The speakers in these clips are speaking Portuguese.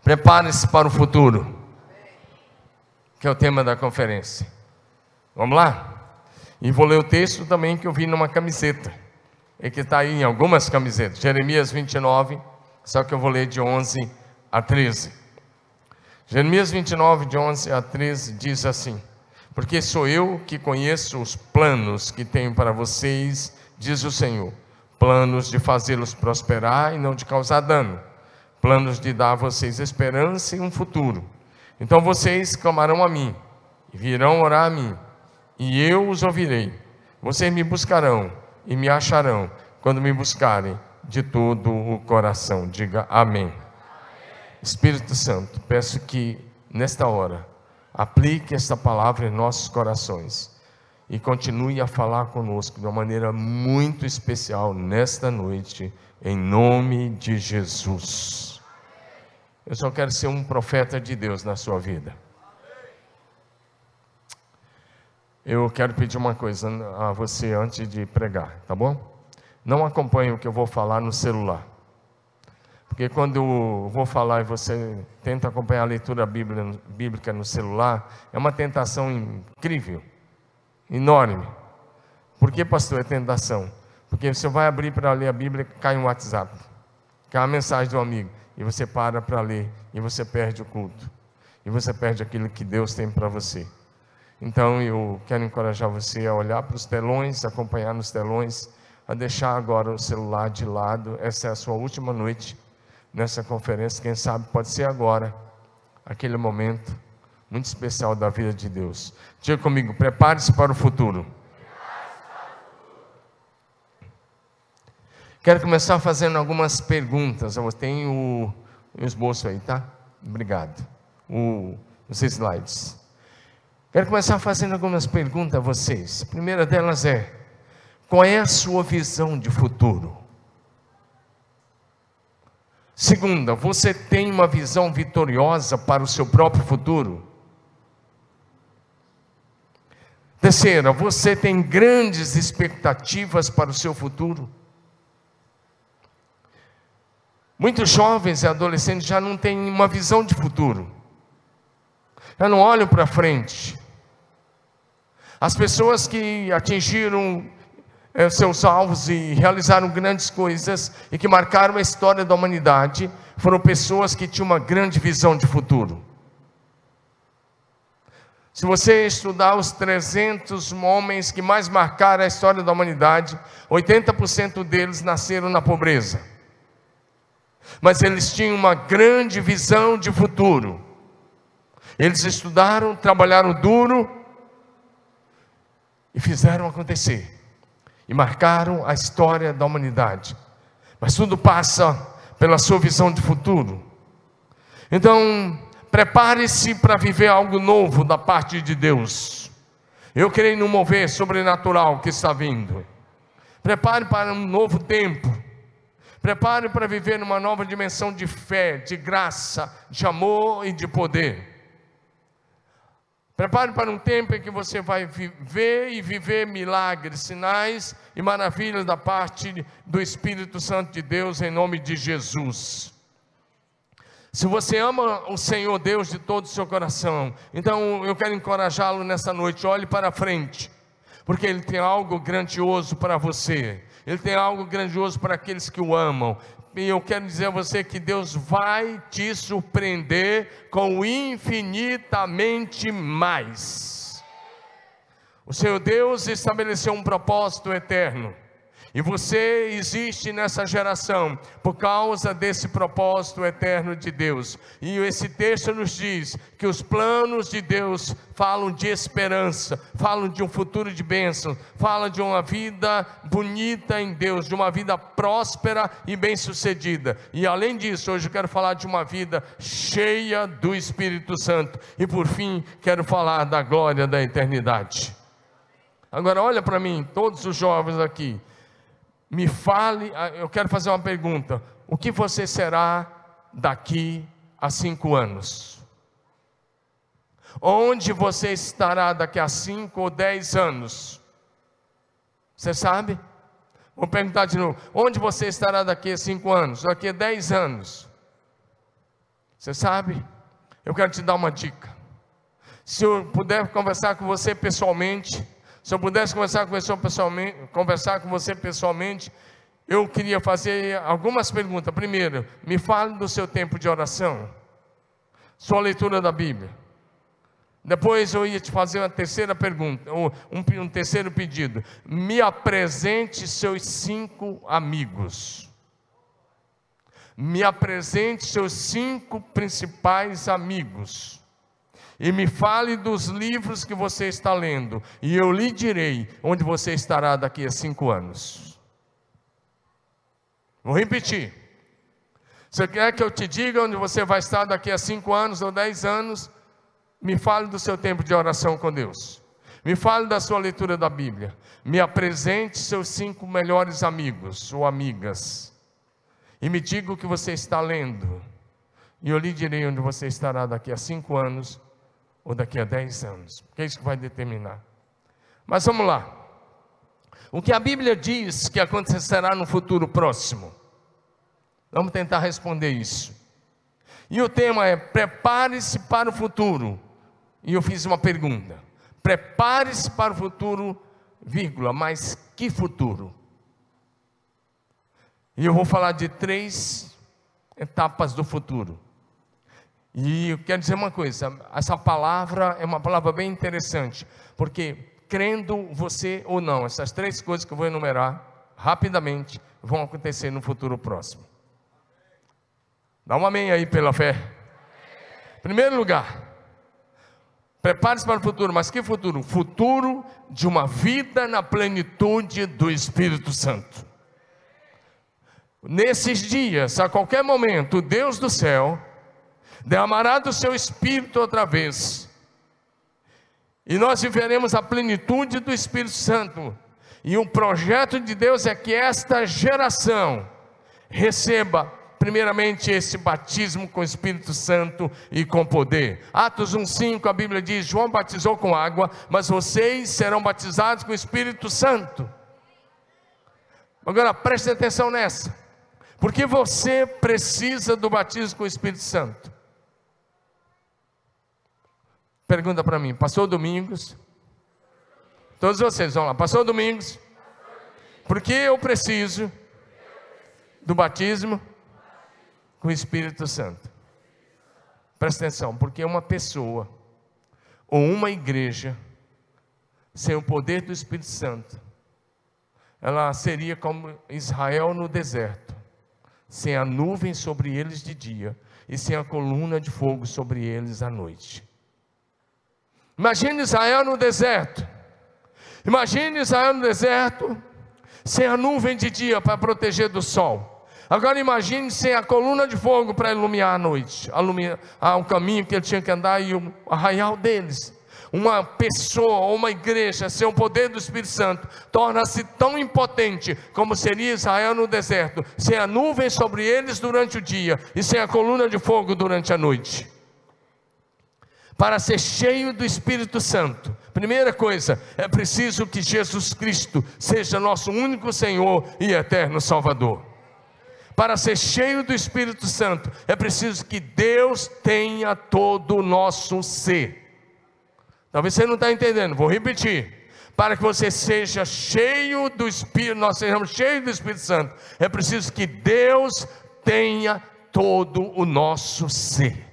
Prepare-se para o futuro, que é o tema da conferência. Vamos lá? E vou ler o texto também que eu vi numa camiseta, e que está aí em algumas camisetas. Jeremias 29, só que eu vou ler de 11 a 13. Jeremias 29, de 11 a 13, diz assim: porque sou eu que conheço os planos que tenho para vocês, diz o Senhor, planos de fazê-los prosperar e não de causar dano, planos de dar a vocês esperança e um futuro. Então vocês clamarão a mim, e virão orar a mim, e eu os ouvirei. Vocês me buscarão e me acharão, quando me buscarem de todo o coração. Diga amém. Espírito Santo, peço que nesta hora aplique esta palavra em nossos corações e continue a falar conosco de uma maneira muito especial nesta noite, em nome de Jesus. Eu só quero ser um profeta de Deus na sua vida. Eu quero pedir uma coisa a você antes de pregar, tá bom? Não acompanhe o que eu vou falar no celular. Porque quando eu vou falar e você tenta acompanhar a leitura bíblica no celular, é uma tentação incrível, enorme. Por que, pastor, é tentação? Porque você vai abrir para ler a Bíblia, cai um WhatsApp, cai uma mensagem do amigo, e você para ler, e você perde o culto, e você perde aquilo que Deus tem para você. Então eu quero encorajar você a olhar para os telões, acompanhar nos telões, a deixar agora o celular de lado. Essa é a sua última noite nessa conferência, quem sabe pode ser agora, aquele momento muito especial da vida de Deus. Diga comigo, prepare-se para o futuro. Quero começar fazendo algumas perguntas. Eu tenho o esboço aí, tá? Obrigado. Os slides. Quero começar fazendo algumas perguntas a vocês. A primeira delas é: qual é a sua visão de futuro? Segunda, você tem uma visão vitoriosa para o seu próprio futuro? Terceira, você tem grandes expectativas para o seu futuro? Muitos jovens e adolescentes já não têm uma visão de futuro, já não olham para frente. As pessoas que atingiram seus alvos e realizaram grandes coisas e que marcaram a história da humanidade foram pessoas que tinham uma grande visão de futuro. Se você estudar os 300 homens que mais marcaram a história da humanidade, 80% deles nasceram na pobreza, mas eles tinham uma grande visão de futuro. Eles estudaram, trabalharam duro e fizeram acontecer, e marcaram a história da humanidade. Mas tudo passa pela sua visão de futuro. Então, prepare-se para viver algo novo da parte de Deus. Eu creio no mover sobrenatural que está vindo. Prepare para um novo tempo. Prepare para viver numa nova dimensão de fé, de graça, de amor e de poder. Prepare para um tempo em que você vai ver e viver milagres, sinais e maravilhas da parte do Espírito Santo de Deus, em nome de Jesus. Se você ama o Senhor Deus de todo o seu coração, então eu quero encorajá-lo nessa noite. Olhe para frente, porque Ele tem algo grandioso para você. Ele tem algo grandioso para aqueles que o amam. E eu quero dizer a você que Deus vai te surpreender com infinitamente mais. O Senhor Deus estabeleceu um propósito eterno, e você existe nessa geração por causa desse propósito eterno de Deus. E esse texto nos diz que os planos de Deus falam de esperança, falam de um futuro de bênção, falam de uma vida bonita em Deus, de uma vida próspera e bem-sucedida. E além disso, hoje eu quero falar de uma vida cheia do Espírito Santo. E por fim, quero falar da glória da eternidade. Agora olha para mim, todos os jovens aqui. Me fale, eu quero fazer uma pergunta: o que você será daqui a 5 anos? Onde você estará daqui a 5 ou 10 anos? Você sabe? Vou perguntar de novo: onde você estará daqui a 5 anos? Daqui a 10 anos? Você sabe, eu quero te dar uma dica. Se eu puder conversar com você pessoalmente, se eu pudesse conversar com você pessoalmente, eu queria fazer algumas perguntas. Primeiro, me fale do seu tempo de oração, sua leitura da Bíblia. Depois eu ia te fazer uma terceira pergunta, ou um terceiro pedido. Me apresente seus 5 amigos. Me apresente seus 5 principais amigos. E me fale dos livros que você está lendo. E eu lhe direi onde você estará daqui a 5 anos. Vou repetir. Você quer que eu te diga onde você vai estar daqui a 5 anos ou 10 anos? Me fale do seu tempo de oração com Deus. Me fale da sua leitura da Bíblia. Me apresente seus 5 melhores amigos ou amigas. E me diga o que você está lendo. E eu lhe direi onde você estará daqui a 5 anos ou daqui a 10 anos. Porque é isso que vai determinar. Mas vamos lá. O que a Bíblia diz que acontecerá no futuro próximo? Vamos tentar responder isso. E o tema é: prepare-se para o futuro. E eu fiz uma pergunta: prepare-se para o futuro, vírgula, mas que futuro? E eu vou falar de 3 etapas do futuro. E eu quero dizer uma coisa: essa palavra é uma palavra bem interessante, porque crendo você ou não, essas 3 coisas que eu vou enumerar rapidamente vão acontecer no futuro próximo. Dá um amém aí pela fé. Em primeiro lugar, prepare-se para o futuro, mas que futuro? Futuro de uma vida na plenitude do Espírito Santo. Nesses dias, a qualquer momento, o Deus do céu derramará do seu Espírito outra vez, e nós viveremos a plenitude do Espírito Santo. E o projeto de Deus é que esta geração receba primeiramente esse batismo com o Espírito Santo e com poder. Atos 1:5, a Bíblia diz: João batizou com água, mas vocês serão batizados com o Espírito Santo. Agora preste atenção nessa, porque você precisa do batismo com o Espírito Santo. Pergunta para mim, pastor Domingos, todos vocês vão lá, pastor Domingos, por que eu preciso do batismo com o Espírito Santo? Presta atenção, porque uma pessoa ou uma igreja sem o poder do Espírito Santo, ela seria como Israel no deserto, sem a nuvem sobre eles de dia e sem a coluna de fogo sobre eles à noite. Imagine Israel no deserto. Imagine Israel no deserto, sem a nuvem de dia para proteger do sol. Agora imagine sem a coluna de fogo para iluminar a noite, o caminho que ele tinha que andar e o arraial deles. Uma pessoa ou uma igreja sem o poder do Espírito Santo torna-se tão impotente como seria Israel no deserto, sem a nuvem sobre eles durante o dia e sem a coluna de fogo durante a noite. Para ser cheio do Espírito Santo, primeira coisa, é preciso que Jesus Cristo seja nosso único Senhor e eterno Salvador. Para ser cheio do Espírito Santo, é preciso que Deus tenha todo o nosso ser. Talvez você não está entendendo, vou repetir. Para que você seja cheio do Espírito, nós sejamos cheios do Espírito Santo, é preciso que Deus tenha todo o nosso ser.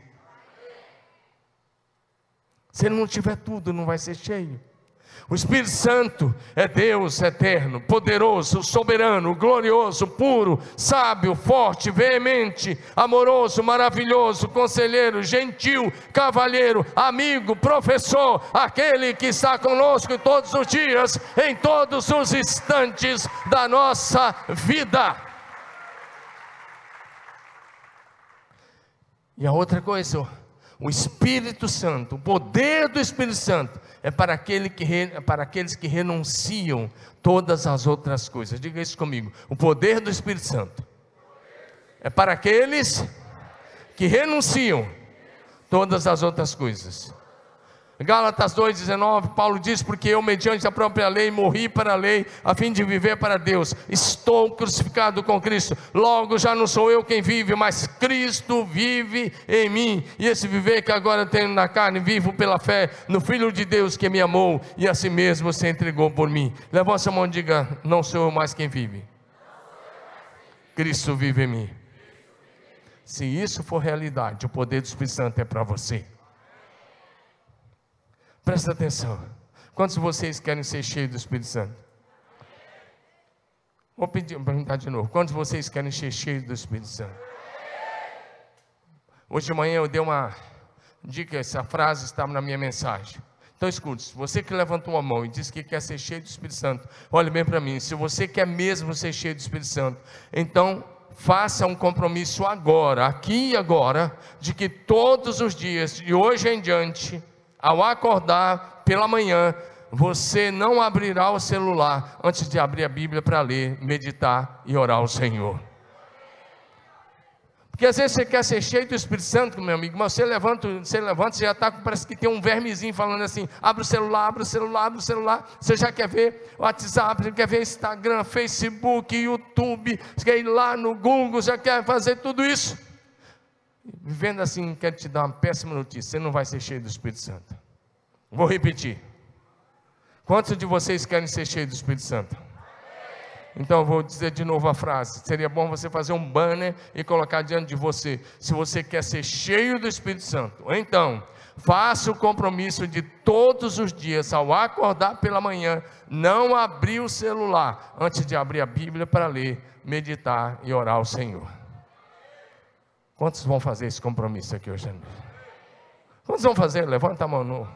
Se ele não tiver tudo, não vai ser cheio. O Espírito Santo é Deus eterno, poderoso, soberano, glorioso, puro, sábio, forte, veemente, amoroso, maravilhoso, conselheiro, gentil, cavalheiro, amigo, professor, aquele que está conosco todos os dias, em todos os instantes da nossa vida. E a outra coisa, o Espírito Santo, o poder do Espírito Santo é para aqueles que renunciam todas as outras coisas. Diga isso comigo. O poder do Espírito Santo é para aqueles que renunciam todas as outras coisas. Gálatas 2,19, Paulo diz: porque eu, mediante a própria lei, morri para a lei, a fim de viver para Deus. Estou crucificado com Cristo, logo já não sou eu quem vive, mas Cristo vive em mim. E esse viver que agora tenho na carne, vivo pela fé no Filho de Deus que me amou e a si mesmo se entregou por mim. Levanta a mão e diga: não sou eu mais quem vive, Cristo vive em mim. Se isso for realidade, o poder do Espírito Santo é para você. Presta atenção. Quantos de vocês querem ser cheios do Espírito Santo? Vou perguntar de novo. Quantos de vocês querem ser cheios do Espírito Santo? Hoje de manhã eu dei uma dica, essa frase estava na minha mensagem. Então escute, você que levantou a mão e disse que quer ser cheio do Espírito Santo, olhe bem para mim. Se você quer mesmo ser cheio do Espírito Santo, então faça um compromisso agora, aqui e agora, de que todos os dias, de hoje em diante, ao acordar pela manhã, você não abrirá o celular antes de abrir a Bíblia para ler, meditar e orar ao Senhor. Porque às vezes você quer ser cheio do Espírito Santo, meu amigo, mas você levanta e já está, parece que tem um vermezinho falando assim: abre o celular, abre o celular, abre o celular. Você já quer ver WhatsApp, já quer ver Instagram, Facebook, YouTube, você quer ir lá no Google, já quer fazer tudo isso. Vivendo assim, quero te dar uma péssima notícia: você não vai ser cheio do Espírito Santo. Vou repetir. Quantos de vocês querem ser cheios do Espírito Santo? Então eu vou dizer de novo a frase. Seria bom você fazer um banner e colocar diante de você: se você quer ser cheio do Espírito Santo, então faça o compromisso de todos os dias, ao acordar pela manhã, não abrir o celular antes de abrir a Bíblia para ler, meditar e orar ao Senhor. Quantos vão fazer esse compromisso aqui hoje? Quantos vão fazer? Levanta a mão.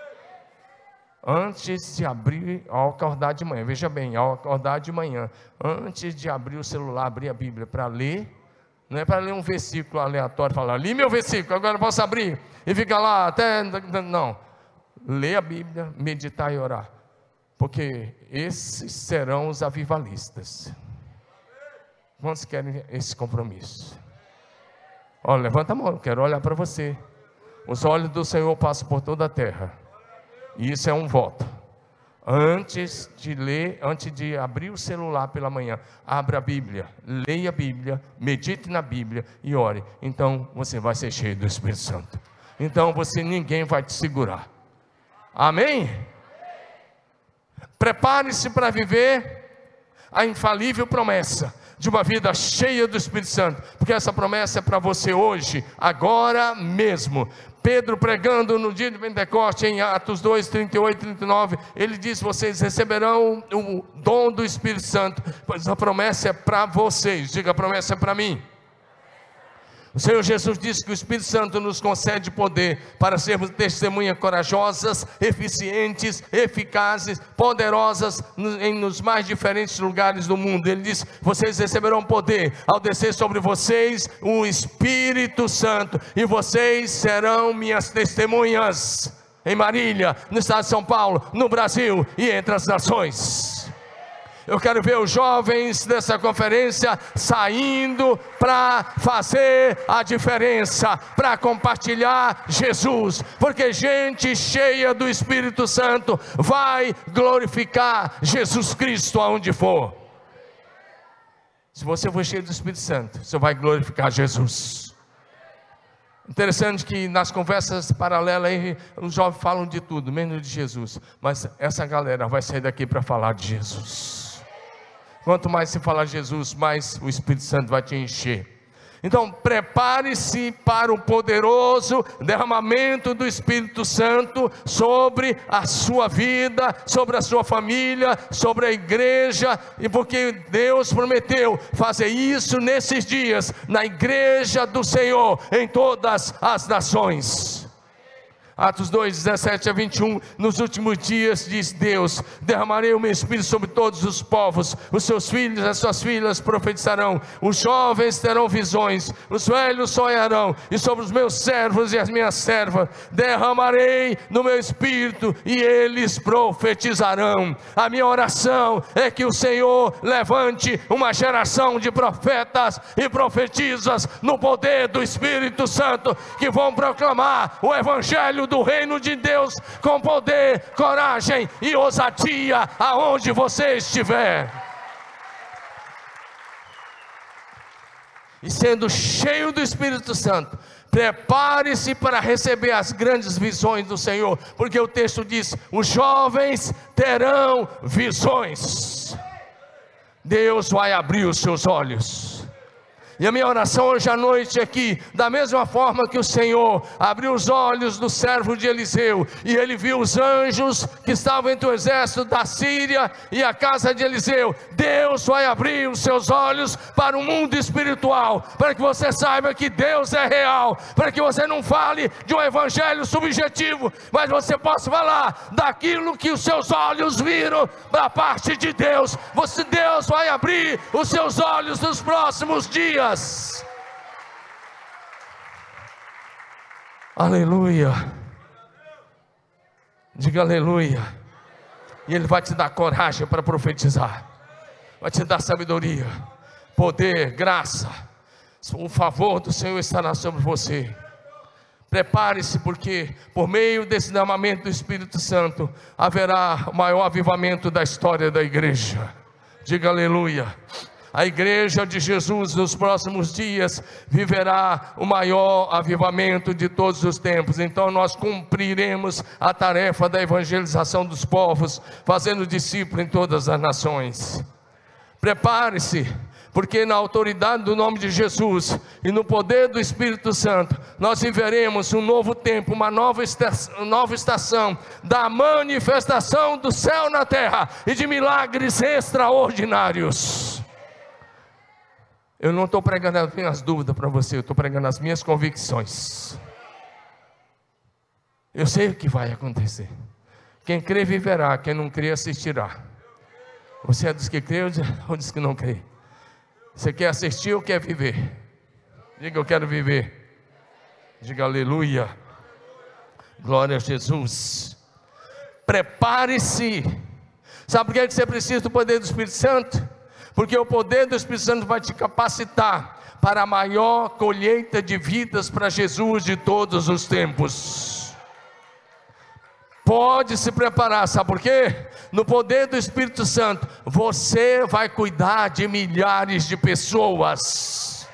Antes de abrir, ao acordar de manhã, veja bem, ao acordar de manhã, antes de abrir o celular, abrir a Bíblia para ler, não é para ler um versículo aleatório, falar: li meu versículo, agora posso abrir, e fica lá até, não, lê a Bíblia, meditar e orar, porque esses serão os avivalistas. Quantos querem esse compromisso? Olha, levanta a mão, eu quero olhar para você. Os olhos do Senhor passam por toda a terra, e isso é um voto. Antes de abrir o celular pela manhã, abra a Bíblia, leia a Bíblia, medite na Bíblia e ore. Então você vai ser cheio do Espírito Santo. Então ninguém vai te segurar. Amém? Prepare-se para viver a infalível promessa de uma vida cheia do Espírito Santo, porque essa promessa é para você hoje, agora mesmo. Pedro, pregando no dia de Pentecoste, em Atos 2, 38 e 39, ele diz: vocês receberão o dom do Espírito Santo, pois a promessa é para vocês. Diga: a promessa é para mim. O Senhor Jesus disse que o Espírito Santo nos concede poder para sermos testemunhas corajosas, eficientes, eficazes, poderosas nos mais diferentes lugares do mundo. Ele disse: vocês receberão poder ao descer sobre vocês o Espírito Santo, e vocês serão minhas testemunhas em Marília, no estado de São Paulo, no Brasil e entre as nações. Eu quero ver os jovens dessa conferência saindo para fazer a diferença, para compartilhar Jesus, porque gente cheia do Espírito Santo vai glorificar Jesus Cristo aonde for. Se você for cheio do Espírito Santo, você vai glorificar Jesus. Interessante que nas conversas paralelas aí, os jovens falam de tudo, menos de Jesus, mas essa galera vai sair daqui para falar de Jesus. Quanto mais se falar de Jesus, mais o Espírito Santo vai te encher. Então prepare-se para o poderoso derramamento do Espírito Santo sobre a sua vida, sobre a sua família, sobre a igreja, e porque Deus prometeu fazer isso nesses dias, na igreja do Senhor, em todas as nações. Atos 2, 17 a 21, nos últimos dias, diz Deus, derramarei o meu Espírito sobre todos os povos, os seus filhos e as suas filhas profetizarão, os jovens terão visões, os velhos sonharão, e sobre os meus servos e as minhas servas, derramarei no meu Espírito, e eles profetizarão. A minha oração é que o Senhor levante uma geração de profetas e profetisas, no poder do Espírito Santo, que vão proclamar o Evangelho Evangelho do reino de Deus com poder, coragem e ousadia aonde você estiver. E sendo cheio do Espírito Santo, prepare-se para receber as grandes visões do Senhor, porque o texto diz: os jovens terão visões. Deus vai abrir os seus olhos. E a minha oração hoje à noite é que, da mesma forma que o Senhor abriu os olhos do servo de Eliseu, e ele viu os anjos que estavam entre o exército da Síria e a casa de Eliseu, Deus vai abrir os seus olhos para o mundo espiritual, para que você saiba que Deus é real, para que você não fale de um evangelho subjetivo, mas você possa falar daquilo que os seus olhos viram da parte de Deus. Deus vai abrir os seus olhos nos próximos dias. Aleluia. Diga aleluia. E Ele vai te dar coragem para profetizar, vai te dar sabedoria, poder, graça. O favor do Senhor estará sobre você. Prepare-se, porque por meio desse derramamento do Espírito Santo haverá o maior avivamento da história da igreja. Diga aleluia. A igreja de Jesus nos próximos dias viverá o maior avivamento de todos os tempos. Então nós cumpriremos a tarefa da evangelização dos povos, fazendo discípulo em todas as nações. Prepare-se, porque na autoridade do nome de Jesus e no poder do Espírito Santo, nós viveremos um novo tempo, uma nova estação da manifestação do céu na terra e de milagres extraordinários. Eu não estou pregando as minhas dúvidas para você, eu estou pregando as minhas convicções. Eu sei o que vai acontecer. Quem crê viverá, quem não crê assistirá. Você é dos que crê ou dos que não crê? Você quer assistir ou quer viver? Diga: eu quero viver. Diga aleluia. Glória a Jesus. Prepare-se. Sabe por que você precisa do poder do Espírito Santo? Porque o poder do Espírito Santo vai te capacitar para a maior colheita de vidas para Jesus de todos os tempos. Pode se preparar, sabe por quê? No poder do Espírito Santo, você vai cuidar de milhares de pessoas.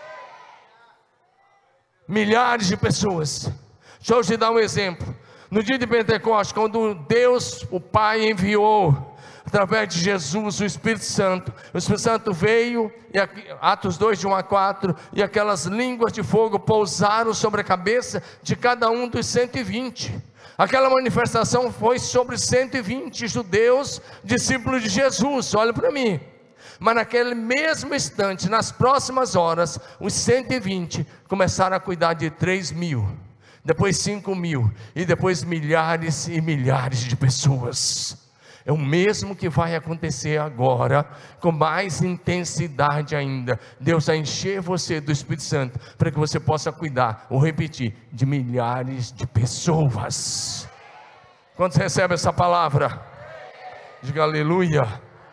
Milhares de pessoas. Deixa eu te dar um exemplo. No dia de Pentecostes, quando Deus, o Pai, enviou através de Jesus o Espírito Santo veio, e Atos 2, de 1 a 4, e aquelas línguas de fogo pousaram sobre a cabeça de cada um dos 120. Aquela manifestação foi sobre 120 judeus, discípulos de Jesus. Olha para mim. Mas naquele mesmo instante, nas próximas horas, os 120 começaram a cuidar de 3.000, depois 5.000, e depois milhares e milhares de pessoas. É o mesmo que vai acontecer agora, com mais intensidade ainda. Deus vai encher você do Espírito Santo, para que você possa cuidar, ou repetir, de milhares de pessoas. Quando você recebe essa palavra, diga aleluia.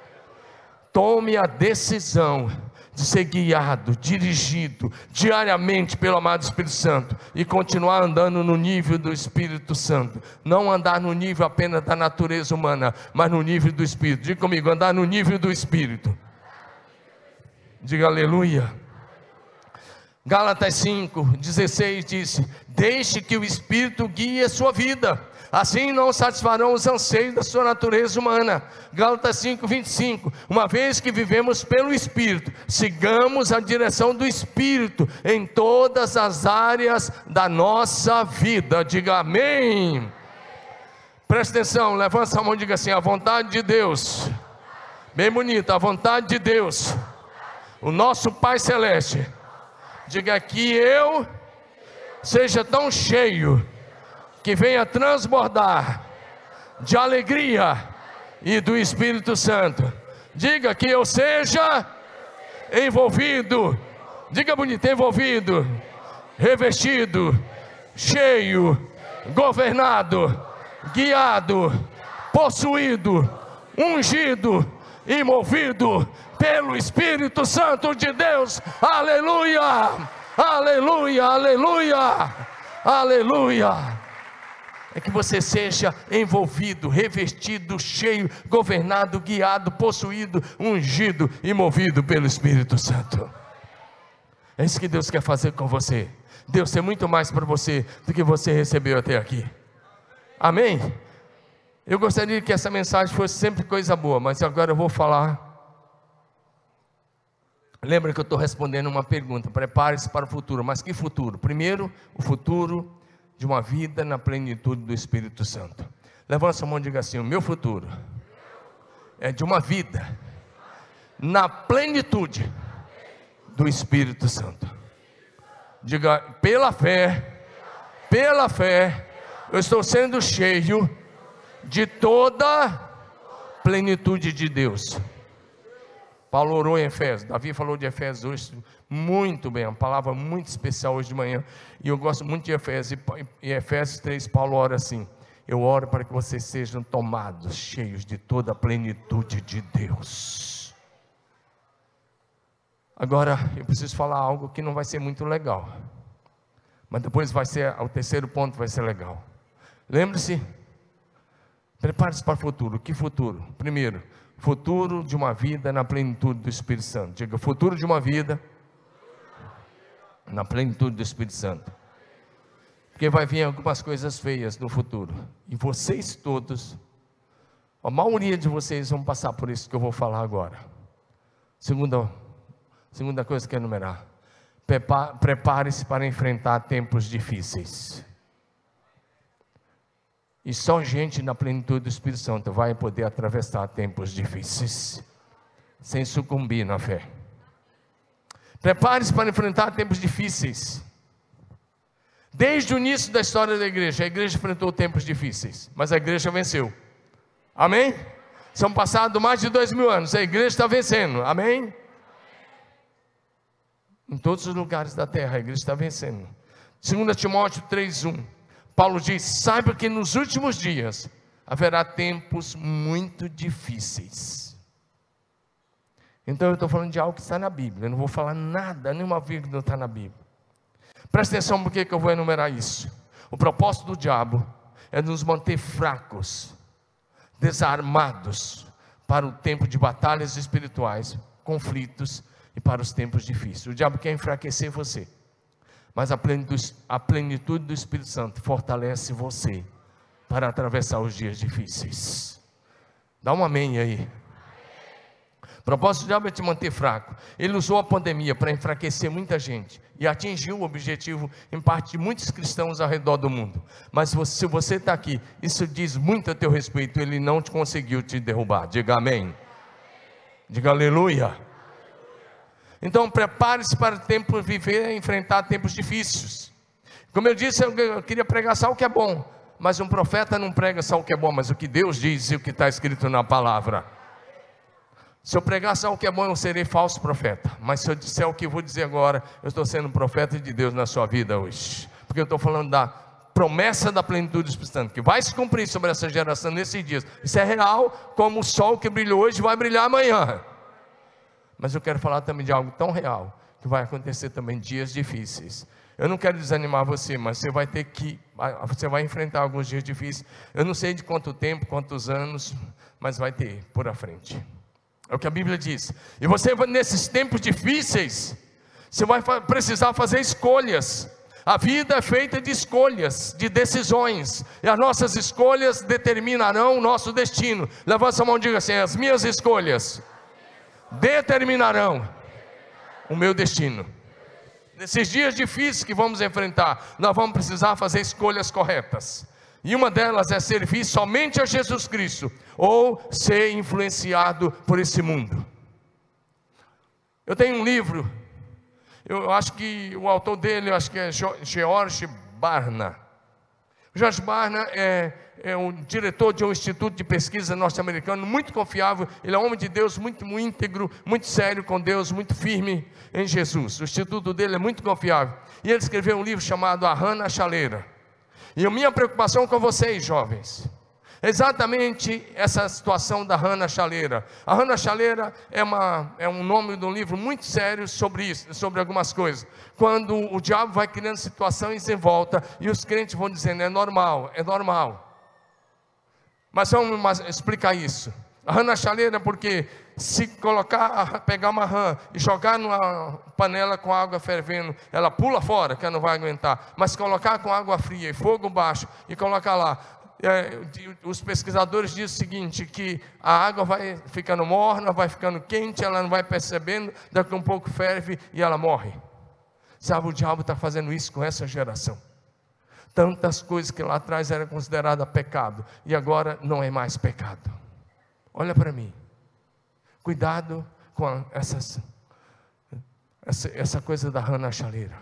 Tome a decisão de ser guiado, dirigido diariamente pelo amado Espírito Santo, e continuar andando no nível do Espírito Santo. Não andar no nível apenas da natureza humana, mas no nível do Espírito. Diga comigo: andar no nível do Espírito. Diga aleluia. Gálatas 5:16 diz: deixe que o Espírito guie a sua vida, assim não satisfarão os anseios da sua natureza humana. Gálatas 5:25, uma vez que vivemos pelo Espírito, sigamos a direção do Espírito em todas as áreas da nossa vida. Diga amém. Presta atenção, levanta a mão e diga assim: a vontade de Deus, bem bonita, a vontade de Deus, o nosso Pai Celeste. Diga: que eu seja tão cheio que venha transbordar de alegria e do Espírito Santo. Diga: que eu seja envolvido, diga bonito, envolvido, revestido, cheio, governado, guiado, possuído, ungido e movido pelo Espírito Santo de Deus. Aleluia, aleluia, aleluia, aleluia. é que você seja envolvido, revestido, cheio, governado, guiado, possuído, ungido e movido pelo Espírito Santo. É isso que Deus quer fazer com você. Deus tem muito mais para você do que você recebeu até aqui. Amém? Eu gostaria que essa mensagem fosse sempre coisa boa, mas agora eu vou falar. Lembra que eu estou respondendo uma pergunta. Prepare-se para o futuro. Mas que futuro? Primeiro, o futuro de uma vida na plenitude do Espírito Santo. Levanta sua mão e diga assim: o meu futuro é de uma vida na plenitude do Espírito Santo. Diga: pela fé, eu estou sendo cheio de toda plenitude de Deus. Paulo orou em Efésios, Davi falou de Efésios hoje muito bem, uma palavra muito especial hoje de manhã, e eu gosto muito de Efésios. Em Efésios 3, Paulo ora assim: eu oro para que vocês sejam tomados, cheios de toda a plenitude de Deus. Agora, eu preciso falar algo que não vai ser muito legal, mas depois vai ser, o terceiro ponto vai ser legal. Lembre-se, prepare-se para o futuro. Que futuro? Primeiro, futuro de uma vida na plenitude do Espírito Santo. Diga: futuro de uma vida na plenitude do Espírito Santo. Porque vai vir algumas coisas feias no futuro, e vocês todos, a maioria de vocês vão passar por isso que eu vou falar agora. Segunda coisa que eu quero enumerar: prepare-se para enfrentar tempos difíceis. E só gente na plenitude do Espírito Santo vai poder atravessar tempos difíceis, sem sucumbir na fé. Prepare-se para enfrentar tempos difíceis. Desde o início da história da igreja, a igreja enfrentou tempos difíceis, mas a igreja venceu. Amém? São passados mais de 2000 anos, a igreja está vencendo. Amém? Em todos os lugares da terra, a igreja está vencendo. 2 Timóteo 3:1, Paulo diz: saiba que nos últimos dias haverá tempos muito difíceis. Então eu estou falando de algo que está na Bíblia. Eu não vou falar nada, nenhuma vírgula não está na Bíblia. Presta atenção, porque que eu vou enumerar isso. O propósito do diabo é nos manter fracos, desarmados, para o tempo de batalhas espirituais, conflitos, e para os tempos difíceis. O diabo quer enfraquecer você, mas a plenitude do Espírito Santo fortalece você para atravessar os dias difíceis. Dá um amém aí. O propósito do diabo é te manter fraco. Ele usou a pandemia para enfraquecer muita gente e atingiu o objetivo em parte de muitos cristãos ao redor do mundo. Mas se você está aqui, isso diz muito a teu respeito. Ele não conseguiu te derrubar. Diga amém. Diga aleluia. Então prepare-se para viver e enfrentar tempos difíceis. Como eu disse, eu queria pregar só o que é bom, mas um profeta não prega só o que é bom, mas o que Deus diz e o que está escrito na palavra. Se eu pregar só o que é bom, eu serei falso profeta. Mas se eu disser o que eu vou dizer agora, eu estou sendo um profeta de Deus na sua vida hoje, porque eu estou falando da promessa da plenitude do Espírito Santo, que vai se cumprir sobre essa geração nesses dias. Isso é real, como o sol que brilhou hoje vai brilhar amanhã. Mas eu quero falar também de algo tão real, que vai acontecer também dias difíceis. Eu não quero desanimar você, mas você vai enfrentar alguns dias difíceis. Eu não sei de quanto tempo, quantos anos, mas vai ter por à frente. É o que a Bíblia diz. E você, nesses tempos difíceis, você vai precisar fazer escolhas. A vida é feita de escolhas, de decisões, e as nossas escolhas determinarão o nosso destino. Levanta sua mão e diga assim: as minhas escolhas determinarão o meu destino. Nesses dias difíceis que vamos enfrentar, nós vamos precisar fazer escolhas corretas, e uma delas é servir somente a Jesus Cristo, ou ser influenciado por esse mundo. Eu tenho um livro, eu acho que o autor dele, eu acho que é George Barna. George Barna é um diretor de um instituto de pesquisa norte-americano, muito confiável. Ele é um homem de Deus, muito íntegro, muito sério com Deus, muito firme em Jesus. O instituto dele é muito confiável. E ele escreveu um livro chamado A Rã na Chaleira. E a minha preocupação com vocês, jovens, Exatamente essa situação da rã na chaleira. A rã na chaleira é um nome de um livro muito sério sobre isso, sobre algumas coisas. Quando o diabo vai criando situações em volta, e os crentes vão dizendo, é normal, é normal. Mas vamos explicar isso. A rã na chaleira, porque se pegar uma rã e jogar numa panela com água fervendo, ela pula fora, que ela não vai aguentar. Mas se colocar com água fria e fogo baixo e colocar lá, os pesquisadores dizem o seguinte, que a água vai ficando morna, vai ficando quente, ela não vai percebendo, daqui a um pouco ferve e ela morre. Sabe, o diabo está fazendo isso com essa geração. Tantas coisas que lá atrás era considerada pecado, e agora não é mais pecado. Olha para mim, cuidado com essa coisa da rã na chaleira.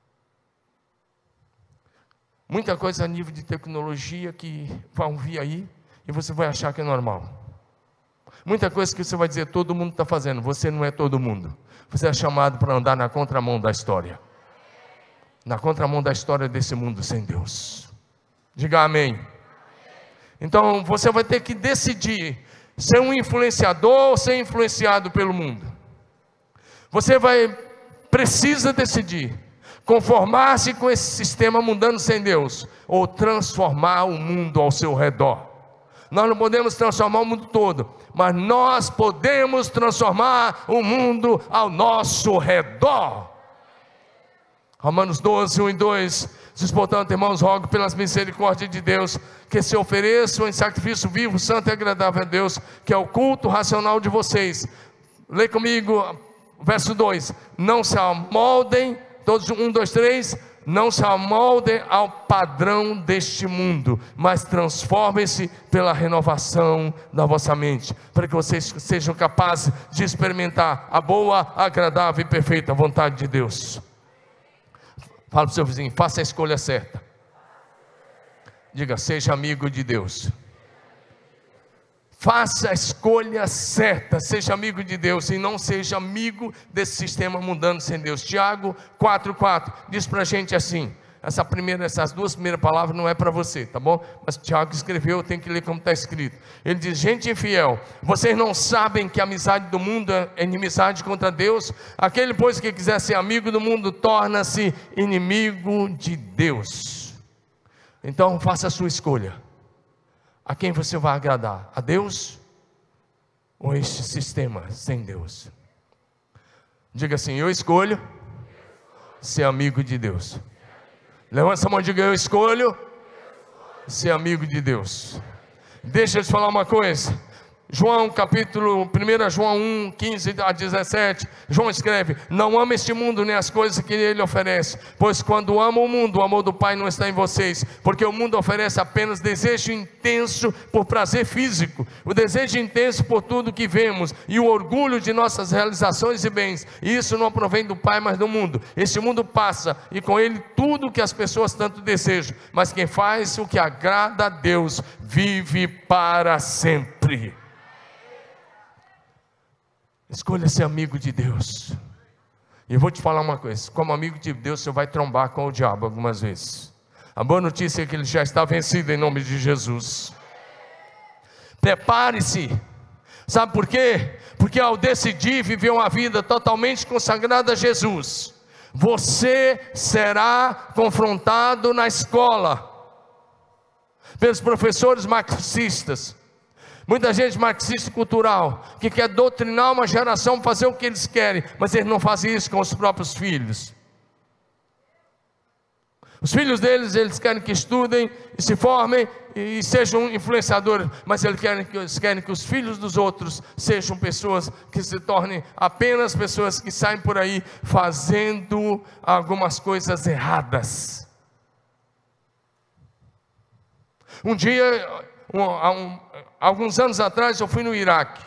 Muita coisa a nível de tecnologia que vão vir aí e você vai achar que é normal. Muita coisa que você vai dizer, todo mundo está fazendo, você não é todo mundo. Você é chamado para andar na contramão da história. Na contramão da história desse mundo sem Deus. Diga amém. Então você vai ter que decidir ser um influenciador ou ser influenciado pelo mundo. Você precisa decidir conformar-se com esse sistema mundano sem Deus, ou transformar o mundo ao seu redor. Nós não podemos transformar o mundo todo, mas nós podemos transformar o mundo ao nosso redor. Romanos 12, 1 e 2 diz, portanto, irmãos, rogo pelas misericórdias de Deus, que se ofereçam em sacrifício vivo, santo e agradável a Deus, que é o culto racional de vocês. Lê comigo, verso 2, não se amoldem, todos, 1, 2, 3, não se amoldem ao padrão deste mundo, mas transformem-se pela renovação da vossa mente, para que vocês sejam capazes de experimentar a boa, agradável e perfeita vontade de Deus. Fala para o seu vizinho, faça a escolha certa. Diga, seja amigo de Deus. Faça a escolha certa, seja amigo de Deus e não seja amigo desse sistema mundano sem Deus. Tiago 4,4 diz para a gente assim, essas duas primeiras palavras não é para você, tá bom? Mas Tiago escreveu, tem que ler como está escrito. Ele diz, gente infiel, vocês não sabem que a amizade do mundo é inimizade contra Deus? Aquele, pois, que quiser ser amigo do mundo, torna-se inimigo de Deus. Então faça a sua escolha. A quem você vai agradar? A Deus? Ou este sistema sem Deus? Diga assim, eu escolho ser amigo de Deus. Levanta a mão e diga, eu escolho ser amigo de Deus. Deixa eu te falar uma coisa. João 1 João 1, 15 a 17, João escreve, não ama este mundo nem as coisas que ele oferece, pois quando ama o mundo, o amor do Pai não está em vocês, porque o mundo oferece apenas desejo intenso por prazer físico, o desejo intenso por tudo que vemos, e o orgulho de nossas realizações e bens, e isso não provém do Pai, mas do mundo. Este mundo passa, e com ele tudo que as pessoas tanto desejam, mas quem faz o que agrada a Deus, vive para sempre. Escolha ser amigo de Deus. E eu vou te falar uma coisa, como amigo de Deus você vai trombar com o diabo algumas vezes. A boa notícia é que ele já está vencido em nome de Jesus. Prepare-se. Sabe por quê? Porque ao decidir viver uma vida totalmente consagrada a Jesus, você será confrontado na escola pelos professores marxistas. Muita gente marxista cultural, que quer doutrinar uma geração, fazer o que eles querem, mas eles não fazem isso com os próprios filhos. Os filhos deles, eles querem que estudem, e se formem, e sejam influenciadores, mas eles querem que os filhos dos outros sejam pessoas que se tornem apenas pessoas que saem por aí fazendo algumas coisas erradas. Um dia, alguns anos atrás, eu fui no Iraque.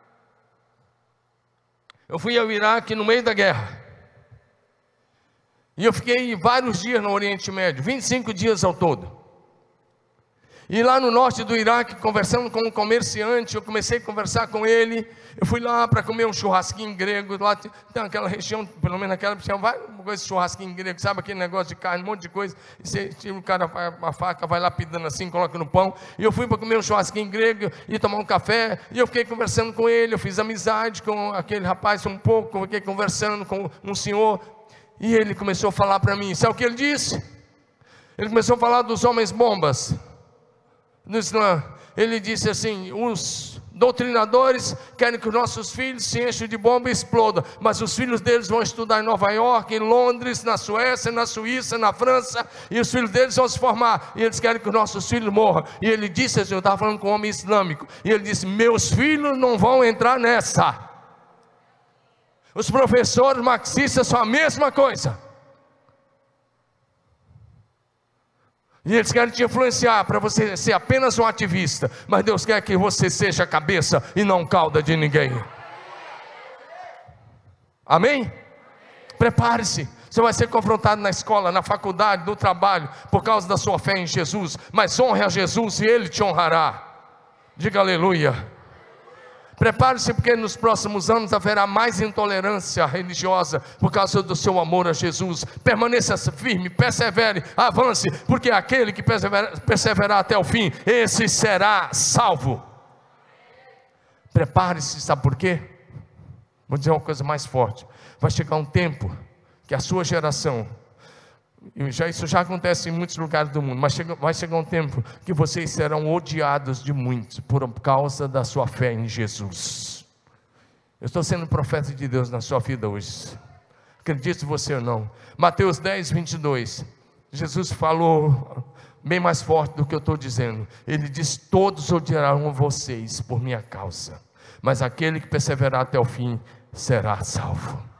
Eu fui ao Iraque no meio da guerra. E eu fiquei vários dias no Oriente Médio, 25 dias ao todo. E lá no norte do Iraque, conversando com um comerciante, eu comecei a conversar com ele. Eu fui lá para comer um churrasquinho grego. Lá tem aquela região, pelo menos naquela região, vai uma coisa de churrasquinho grego, sabe aquele negócio de carne, um monte de coisa. E você, o cara, a faca vai lapidando assim, coloca no pão. E eu fui para comer um churrasquinho grego e tomar um café. E eu fiquei conversando com ele. Eu fiz amizade com aquele rapaz um pouco. Fiquei conversando com um senhor. E ele começou a falar para mim. Sabe o que ele disse? Ele começou a falar dos homens bombas no Islã. Ele disse assim: os doutrinadores querem que os nossos filhos se enchem de bomba e explodam, mas os filhos deles vão estudar em Nova York, em Londres, na Suécia, na Suíça, na França, e os filhos deles vão se formar, e eles querem que os nossos filhos morram. E ele disse assim, eu estava falando com um homem islâmico, e ele disse: meus filhos não vão entrar nessa. Os professores marxistas são a mesma coisa. E eles querem te influenciar para você ser apenas um ativista, mas Deus quer que você seja a cabeça e não cauda de ninguém. Amém? Prepare-se. Você vai ser confrontado na escola, na faculdade, no trabalho, por causa da sua fé em Jesus. Mas honre a Jesus e Ele te honrará. Diga aleluia. Prepare-se, porque nos próximos anos haverá mais intolerância religiosa por causa do seu amor a Jesus. Permaneça firme, persevere, avance, porque aquele que perseverar até o fim, esse será salvo. Prepare-se, sabe por quê? Vou dizer uma coisa mais forte. Vai chegar um tempo que a sua geração, isso já acontece em muitos lugares do mundo, mas vai chegar um tempo que vocês serão odiados de muitos por causa da sua fé em Jesus. Eu estou sendo profeta de Deus na sua vida hoje, acredite você ou não. Mateus 10, 22, Jesus falou bem mais forte do que eu estou dizendo. Ele diz: todos odiarão vocês por minha causa, mas aquele que perseverar até o fim será salvo.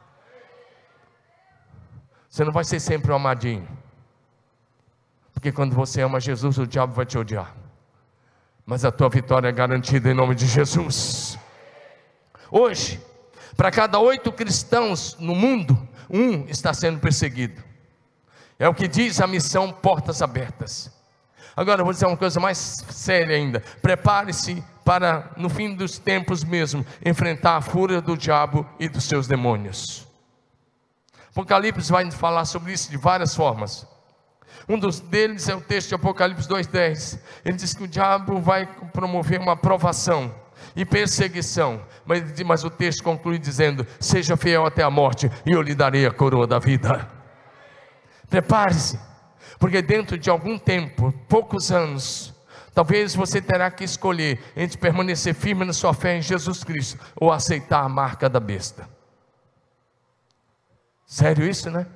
Você não vai ser sempre um amadinho, porque quando você ama Jesus, o diabo vai te odiar, mas a tua vitória é garantida em nome de Jesus. Hoje, para cada 8 cristãos no mundo, 1 está sendo perseguido. É o que diz a missão Portas Abertas. Agora eu vou dizer uma coisa mais séria ainda. Prepare-se para, no fim dos tempos mesmo, enfrentar a fúria do diabo e dos seus demônios. Apocalipse vai falar sobre isso de várias formas. Um dos deles é o texto de Apocalipse 2:10. Ele diz que o diabo vai promover uma provação e perseguição, mas o texto conclui dizendo: seja fiel até a morte e eu lhe darei a coroa da vida. Prepare-se, porque dentro de algum tempo, poucos anos, talvez você terá que escolher entre permanecer firme na sua fé em Jesus Cristo ou aceitar a marca da besta. Sério isso, né?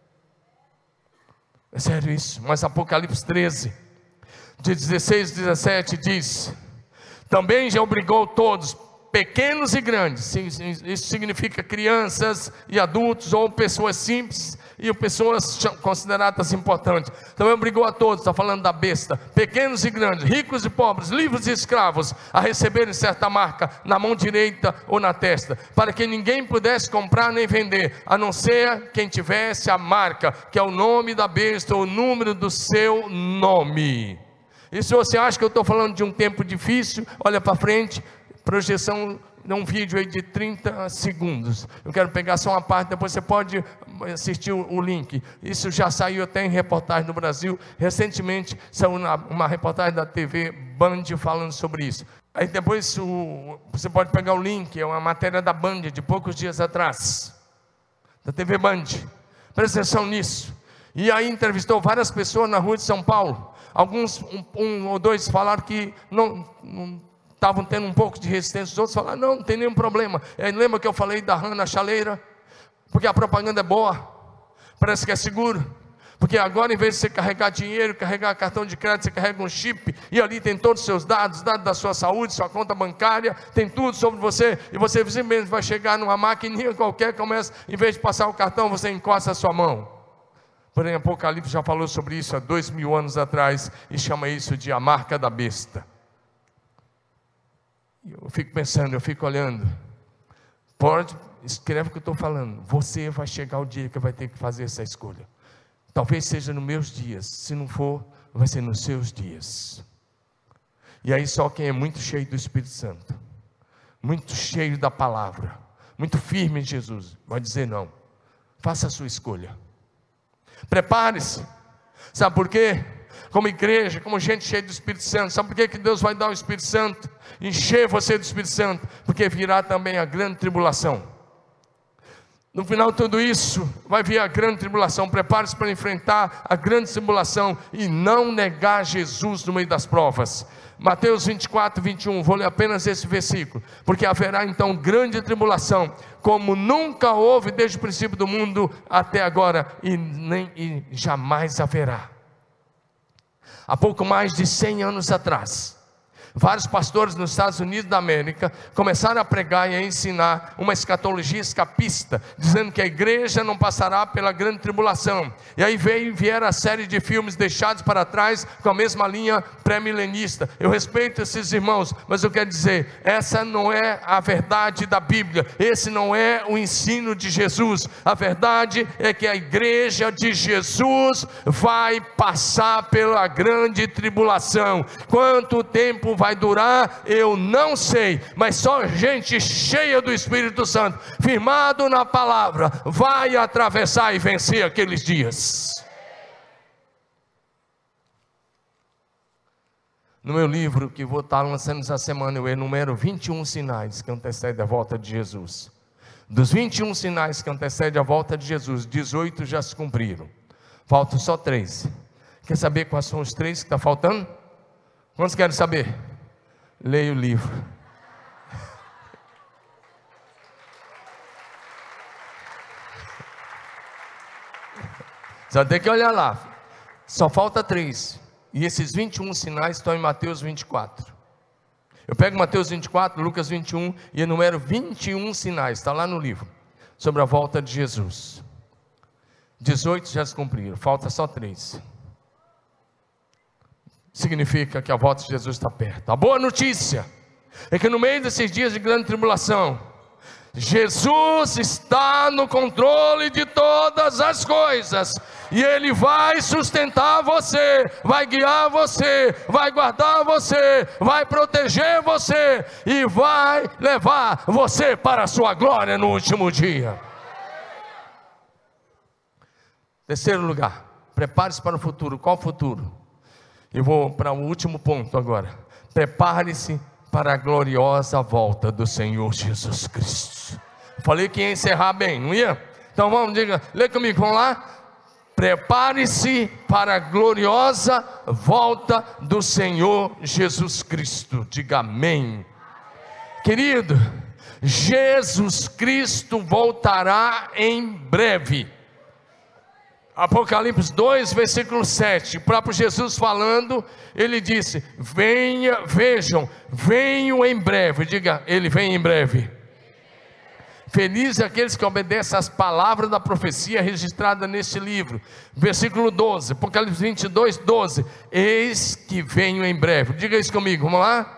É sério isso. Mas Apocalipse 13, de 16 e 17 diz: também já obrigou todos, pequenos e grandes, isso significa crianças e adultos, ou pessoas simples e pessoas consideradas importantes. Também obrigou a todos, está falando da besta, pequenos e grandes, ricos e pobres, livres e escravos, a receberem certa marca na mão direita ou na testa, para que ninguém pudesse comprar nem vender, a não ser quem tivesse a marca, que é o nome da besta, ou o número do seu nome. E se você acha que eu estou falando de um tempo difícil, olha para frente, projeção de um vídeo aí de 30 segundos. Eu quero pegar só uma parte, depois você pode assistir o link. Isso já saiu até em reportagem no Brasil. Recentemente saiu uma reportagem da TV Band falando sobre isso. Aí depois você pode pegar o link, é uma matéria da Band de poucos dias atrás, da TV Band. Presta atenção nisso. E aí entrevistou várias pessoas na rua de São Paulo. Alguns, um ou dois falaram que não estavam tendo um pouco de resistência. Os outros falaram: não tem nenhum problema. Lembra que eu falei da rã na chaleira? Porque a propaganda é boa, parece que é seguro. Porque agora, em vez de você carregar dinheiro, carregar cartão de crédito, você carrega um chip, e ali tem todos os seus dados da sua saúde, sua conta bancária, tem tudo sobre você, e você simplesmente vai chegar numa maquininha qualquer, começa, em vez de passar o cartão, você encosta a sua mão. Porém, Apocalipse já falou sobre isso há 2000 anos atrás, e chama isso de a marca da besta. Eu fico pensando, eu fico olhando. Escreve o que eu estou falando. Você vai chegar o dia que vai ter que fazer essa escolha. Talvez seja nos meus dias. Se não for, vai ser nos seus dias. E aí só quem é muito cheio do Espírito Santo, muito cheio da palavra, muito firme em Jesus, vai dizer não. Faça a sua escolha. Prepare-se. Sabe por quê? Como igreja, como gente cheia do Espírito Santo. Sabe por quê que Deus vai dar o Espírito Santo? Encher você do Espírito Santo. Porque virá também a grande tribulação. No final de tudo isso, vai vir a grande tribulação. Prepare-se para enfrentar a grande tribulação e não negar Jesus no meio das provas. Mateus 24, 21, vou ler apenas esse versículo. Porque haverá então grande tribulação, como nunca houve desde o princípio do mundo até agora, e jamais haverá. Há pouco mais de 100 anos atrás, vários pastores nos Estados Unidos da América começaram a pregar e a ensinar uma escatologia escapista, dizendo que a igreja não passará pela grande tribulação. E aí vieram a série de filmes deixados para trás com a mesma linha pré-milenista. Eu respeito esses irmãos, mas eu quero dizer, essa não é a verdade da Bíblia, esse não é o ensino de Jesus. A verdade é que a igreja de Jesus vai passar pela grande tribulação. Quanto tempo vai durar, eu não sei, mas só gente cheia do Espírito Santo, firmado na palavra, vai atravessar e vencer aqueles dias. No meu livro, que vou estar lançando essa semana, eu enumero 21 sinais que antecedem a volta de Jesus. Dos 21 sinais que antecedem a volta de Jesus, 18 já se cumpriram, faltam só 3. Quer saber quais são os 3 que estão faltando? Quantos querem saber? Leia o livro. Só tem que olhar lá. Só falta 3. E esses 21 sinais estão em Mateus 24. Eu pego Mateus 24, Lucas 21 e enumero 21 sinais. Está lá no livro. Sobre a volta de Jesus. 18 já se cumpriram. Falta só 3. Significa que a volta de Jesus está perto. A boa notícia é que no meio desses dias de grande tribulação, Jesus está no controle de todas as coisas, e Ele vai sustentar você, vai guiar você, vai guardar você, vai proteger você, e vai levar você para a sua glória no último dia. Terceiro lugar, prepare-se para o futuro. Qual futuro? Eu vou para o último ponto agora. Prepare-se para a gloriosa volta do Senhor Jesus Cristo. Falei que ia encerrar bem, não ia? Então vamos, diga, lê comigo, vamos lá? Prepare-se para a gloriosa volta do Senhor Jesus Cristo. Diga amém. Querido, Jesus Cristo voltará em breve. Apocalipse 2, versículo 7, o próprio Jesus falando, ele disse, vejam, venho em breve. Diga, ele vem em breve. Felizes aqueles que obedecem às palavras da profecia registrada neste livro. Versículo 12, Apocalipse 22, 12, eis que venho em breve. Diga isso comigo, vamos lá?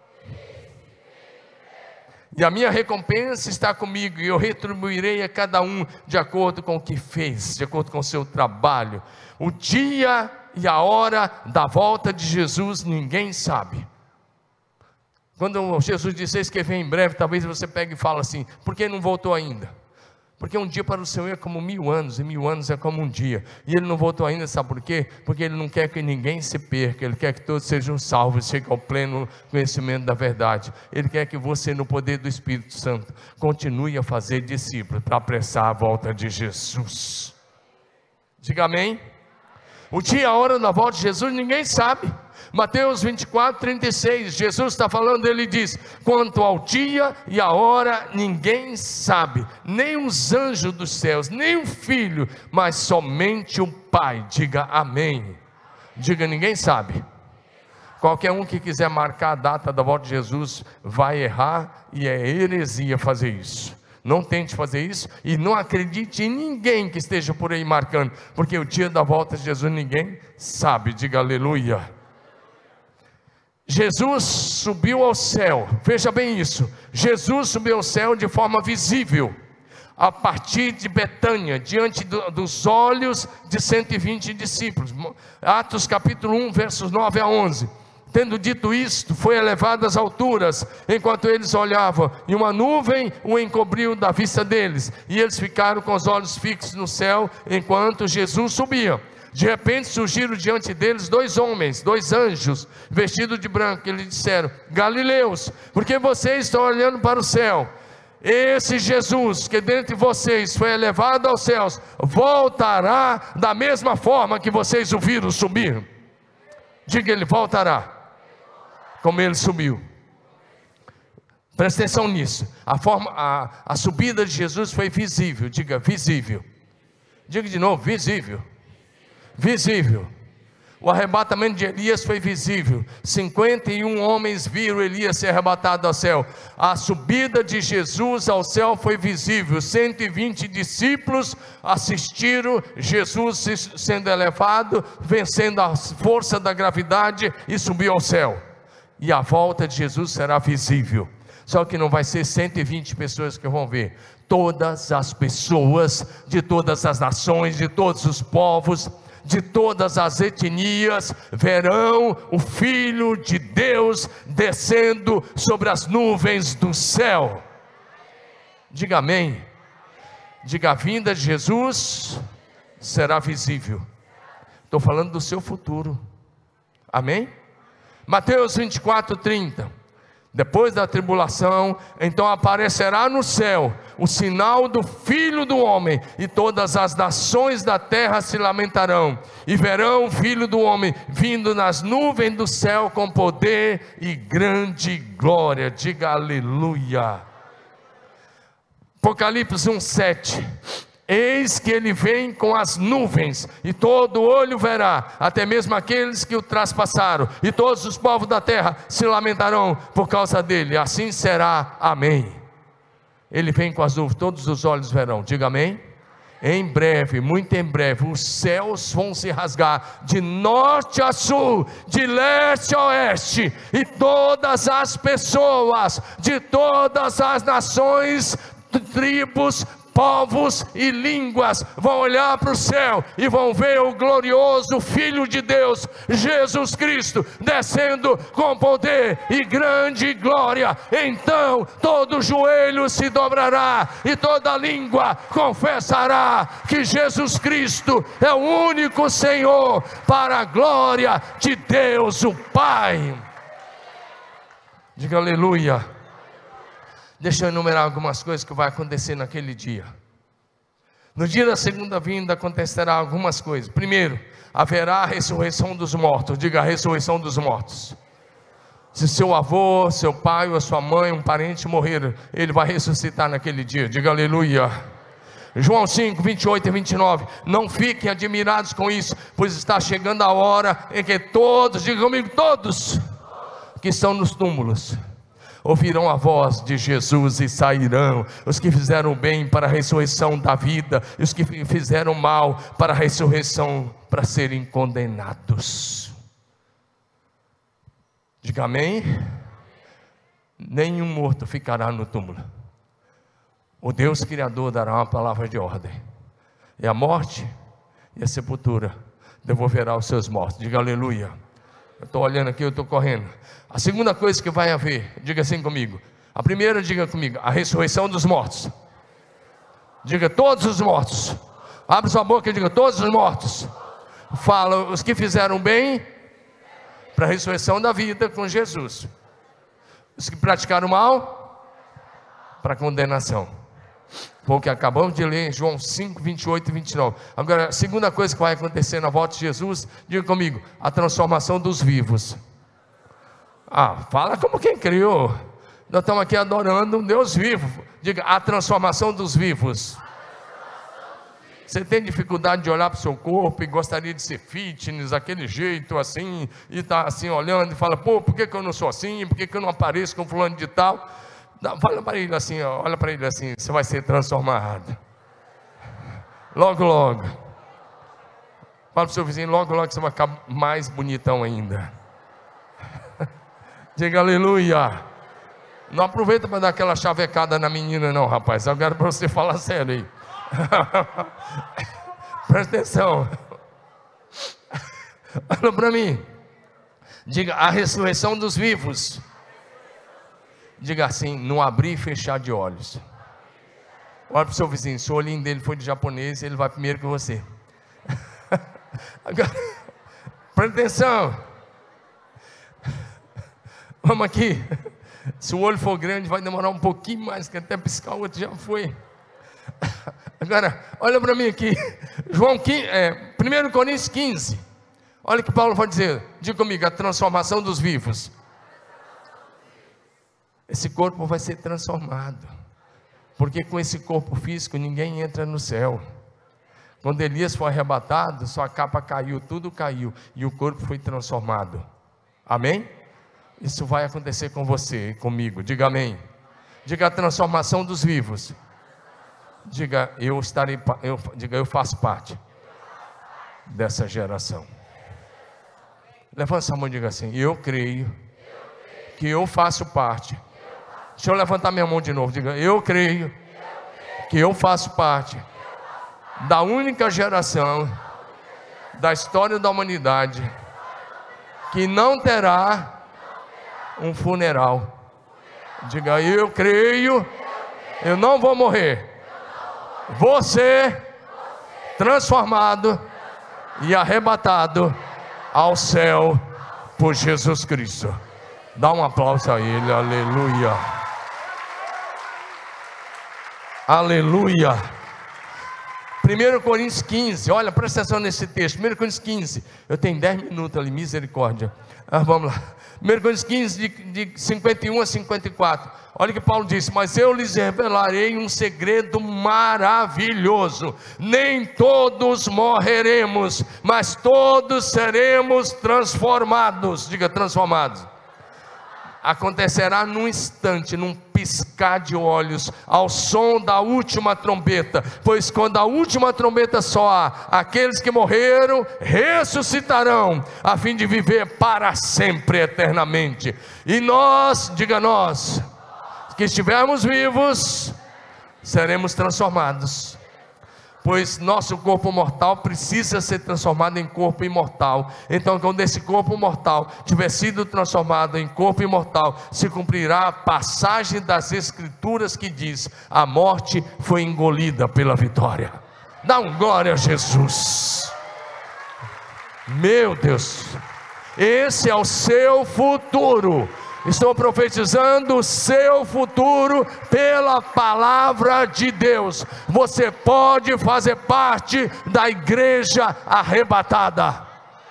E a minha recompensa está comigo, e eu retribuirei a cada um de acordo com o que fez, de acordo com o seu trabalho. O dia e a hora da volta de Jesus ninguém sabe. Quando Jesus disse que vem em breve, talvez você pegue e fale assim, por que não voltou ainda? Porque um dia para o Senhor é como 1000 anos, e 1000 anos é como um dia. E Ele não voltou ainda, sabe por quê? Porque Ele não quer que ninguém se perca. Ele quer que todos sejam salvos, cheguem ao pleno conhecimento da verdade. Ele quer que você, no poder do Espírito Santo, continue a fazer discípulos para apressar a volta de Jesus. Diga amém. O dia e a hora da volta de Jesus ninguém sabe. Mateus 24, 36, Jesus está falando, ele diz, quanto ao dia e a hora ninguém sabe, nem os anjos dos céus, nem o Filho, mas somente o Pai. Diga amém. Diga, ninguém sabe. Qualquer um que quiser marcar a data da volta de Jesus vai errar, e é heresia fazer isso. Não tente fazer isso, e não acredite em ninguém que esteja por aí marcando, porque o dia da volta de Jesus ninguém sabe. Diga aleluia. Jesus subiu ao céu, veja bem isso, Jesus subiu ao céu de forma visível, a partir de Betânia, diante dos olhos de 120 discípulos, Atos capítulo 1, versos 9 a 11, Tendo dito isto, foi elevado às alturas, enquanto eles olhavam, e uma nuvem o encobriu da vista deles, e eles ficaram com os olhos fixos no céu, enquanto Jesus subia. De repente surgiram diante deles dois homens, dois anjos, vestidos de branco, e lhe disseram: Galileus, por que vocês estão olhando para o céu? Esse Jesus, que dentre vocês foi elevado aos céus, voltará da mesma forma que vocês o viram subir. Diga, ele voltará como ele subiu. Presta atenção nisso. A subida de Jesus foi visível. Diga, visível. Diga de novo, visível. Visível. O arrebatamento de Elias foi visível. 51 homens viram Elias ser arrebatado ao céu. A subida de Jesus ao céu foi visível. 120 discípulos assistiram Jesus sendo elevado, vencendo a força da gravidade, e subiu ao céu. E a volta de Jesus será visível. Só que não vai ser 120 pessoas que vão ver. Todas as pessoas, de todas as nações, de todos os povos, de todas as etnias, verão o Filho de Deus descendo sobre as nuvens do céu. Diga amém. Diga, a vinda de Jesus será visível. Estou falando do seu futuro. Amém? Mateus 24, 30. Depois da tribulação, então aparecerá no céu o sinal do Filho do Homem, e todas as nações da terra se lamentarão, e verão o Filho do Homem vindo nas nuvens do céu com poder e grande glória. Diga aleluia. Apocalipse 1:7. Eis que ele vem com as nuvens, e todo olho verá, até mesmo aqueles que o traspassaram, e todos os povos da terra se lamentarão por causa dele. Assim será, amém. Ele vem com as nuvens, todos os olhos verão. Diga amém. Em breve, muito em breve, os céus vão se rasgar de norte a sul, de leste a oeste, e todas as pessoas de todas as nações, tribos, povos e línguas vão olhar para o céu e vão ver o glorioso Filho de Deus, Jesus Cristo, descendo com poder e grande glória. Então todo joelho se dobrará e toda língua confessará que Jesus Cristo é o único Senhor, para a glória de Deus o Pai. Diga aleluia. Deixa eu enumerar algumas coisas que vai acontecer naquele dia. No dia da segunda vinda acontecerá algumas coisas. Primeiro, haverá a ressurreição dos mortos. Diga, a ressurreição dos mortos. Se seu avô, seu pai ou sua mãe, um parente morrer, ele vai ressuscitar naquele dia. Diga aleluia. João 5, 28 e 29. Não fiquem admirados com isso, pois está chegando a hora em que todos, diga comigo, todos que estão nos túmulos ouvirão a voz de Jesus e sairão. Os que fizeram bem para a ressurreição da vida, e os que fizeram mal para a ressurreição, para serem condenados. Diga amém. Nenhum morto ficará no túmulo. O Deus Criador dará uma palavra de ordem, e a morte e a sepultura devolverá os seus mortos. Diga aleluia. Eu estou olhando aqui, eu estou correndo. A segunda coisa que vai haver, diga assim comigo. A primeira, diga comigo, a ressurreição dos mortos. Diga, todos os mortos. Abre sua boca e diga, todos os mortos. Fala, os que fizeram bem para a ressurreição da vida com Jesus. Os que praticaram mal para a condenação. Foi o que acabamos de ler em João 5, 28 e 29. Agora, a segunda coisa que vai acontecer na volta de Jesus, diga comigo, a transformação dos vivos. Fala como quem criou. Nós estamos aqui adorando um Deus vivo. Diga, a transformação dos vivos. Você tem dificuldade de olhar para o seu corpo e gostaria de ser fitness, aquele jeito assim, e está assim olhando e fala, por que eu não sou assim? Por que eu não apareço com fulano de tal? Fala para ele assim, olha para ele assim, você vai ser transformado. Logo, logo. Fala para o seu vizinho, logo, logo você vai ficar mais bonitão ainda. Diga aleluia. Não aproveita para dar aquela chavecada na menina não, rapaz. Agora para você falar sério aí. Presta atenção. Olha para mim. Diga, a ressurreição dos vivos. Diga assim, no abrir e fechar de olhos. Olha para o seu vizinho, se o olhinho dele for de japonês, ele vai primeiro que você. Agora, presta atenção. Vamos aqui. Se o olho for grande, vai demorar um pouquinho mais, que até piscar o outro já foi. Agora, olha para mim aqui. 1 Coríntios 15. Olha o que Paulo vai dizer. Diga comigo, a transformação dos vivos. Esse corpo vai ser transformado. Porque com esse corpo físico ninguém entra no céu. Quando Elias foi arrebatado, sua capa caiu, tudo caiu, e o corpo foi transformado. Amém? Isso vai acontecer com você e comigo. Diga amém. Diga a transformação dos vivos. Diga, eu faço parte dessa geração. Levanta a mão e diga assim, eu creio que eu faço parte. Deixa eu levantar minha mão de novo. Diga, eu creio que eu faço parte da única geração da história da humanidade que não terá um funeral. Diga, eu creio, eu não vou morrer. Vou ser transformado e arrebatado ao céu por Jesus Cristo. Dá um aplauso a Ele, aleluia. Aleluia. 1 Coríntios 15, olha, presta atenção nesse texto. 1 Coríntios 15, eu tenho 10 minutos ali, misericórdia. Vamos lá. 1 Coríntios 15, de 51 a 54. Olha o que Paulo disse: mas eu lhes revelarei um segredo maravilhoso. Nem todos morreremos, mas todos seremos transformados. Diga, transformados. Acontecerá num instante, num piscar de olhos, ao som da última trombeta. Pois quando a última trombeta soar, aqueles que morreram ressuscitarão, a fim de viver para sempre, eternamente. E nós, diga nós, que estivermos vivos, seremos transformados. Pois nosso corpo mortal precisa ser transformado em corpo imortal. Então, quando esse corpo mortal tiver sido transformado em corpo imortal, se cumprirá a passagem das Escrituras que diz: a morte foi engolida pela vitória. Dá um glória a Jesus. Meu Deus, esse é o seu futuro. Estou profetizando o seu futuro pela palavra de Deus. Você pode fazer parte da igreja arrebatada.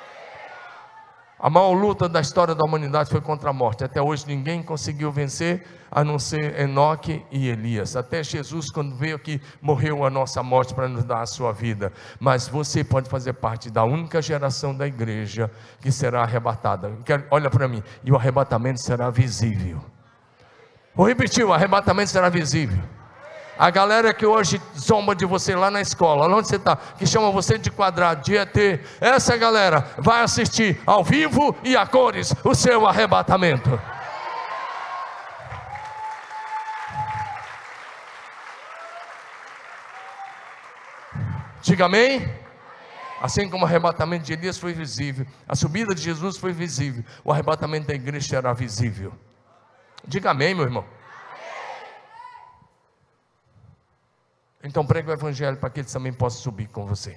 A maior luta da história da humanidade foi contra a morte. Até hoje ninguém conseguiu vencer, a não ser Enoque e Elias. Até Jesus, quando veio aqui, morreu a nossa morte para nos dar a sua vida. Mas você pode fazer parte da única geração da igreja que será arrebatada. Olha para mim, e o arrebatamento será visível. Vou repetir, o arrebatamento será visível. A galera que hoje zomba de você lá na escola, onde você está, que chama você de quadrado, de ET, essa galera vai assistir ao vivo e a cores o seu arrebatamento. Diga amém. Assim como o arrebatamento de Elias foi visível, a subida de Jesus foi visível, o arrebatamento da igreja será visível. Diga amém, meu irmão. Então pregue o evangelho para que eles também possam subir com você.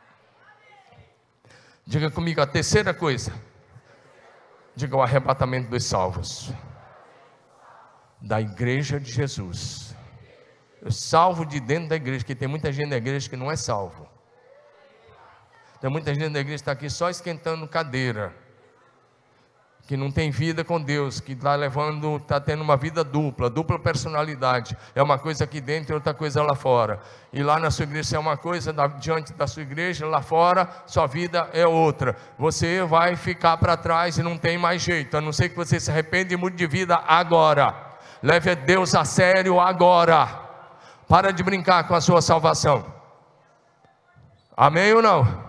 Diga comigo a terceira coisa. Diga o arrebatamento dos salvos. Da igreja de Jesus. Eu salvo de dentro da igreja, porque tem muita gente da igreja que não é salvo. Tem muita gente da igreja que está aqui só esquentando cadeira, que não tem vida com Deus, que está tendo uma vida dupla personalidade. É uma coisa aqui dentro e outra coisa lá fora. E lá na sua igreja é uma coisa, diante da sua igreja, lá fora, sua vida é outra. Você vai ficar para trás e não tem mais jeito, a não ser que você se arrependa e mude de vida agora. Leve a Deus a sério agora. Para de brincar com a sua salvação. Amém ou não?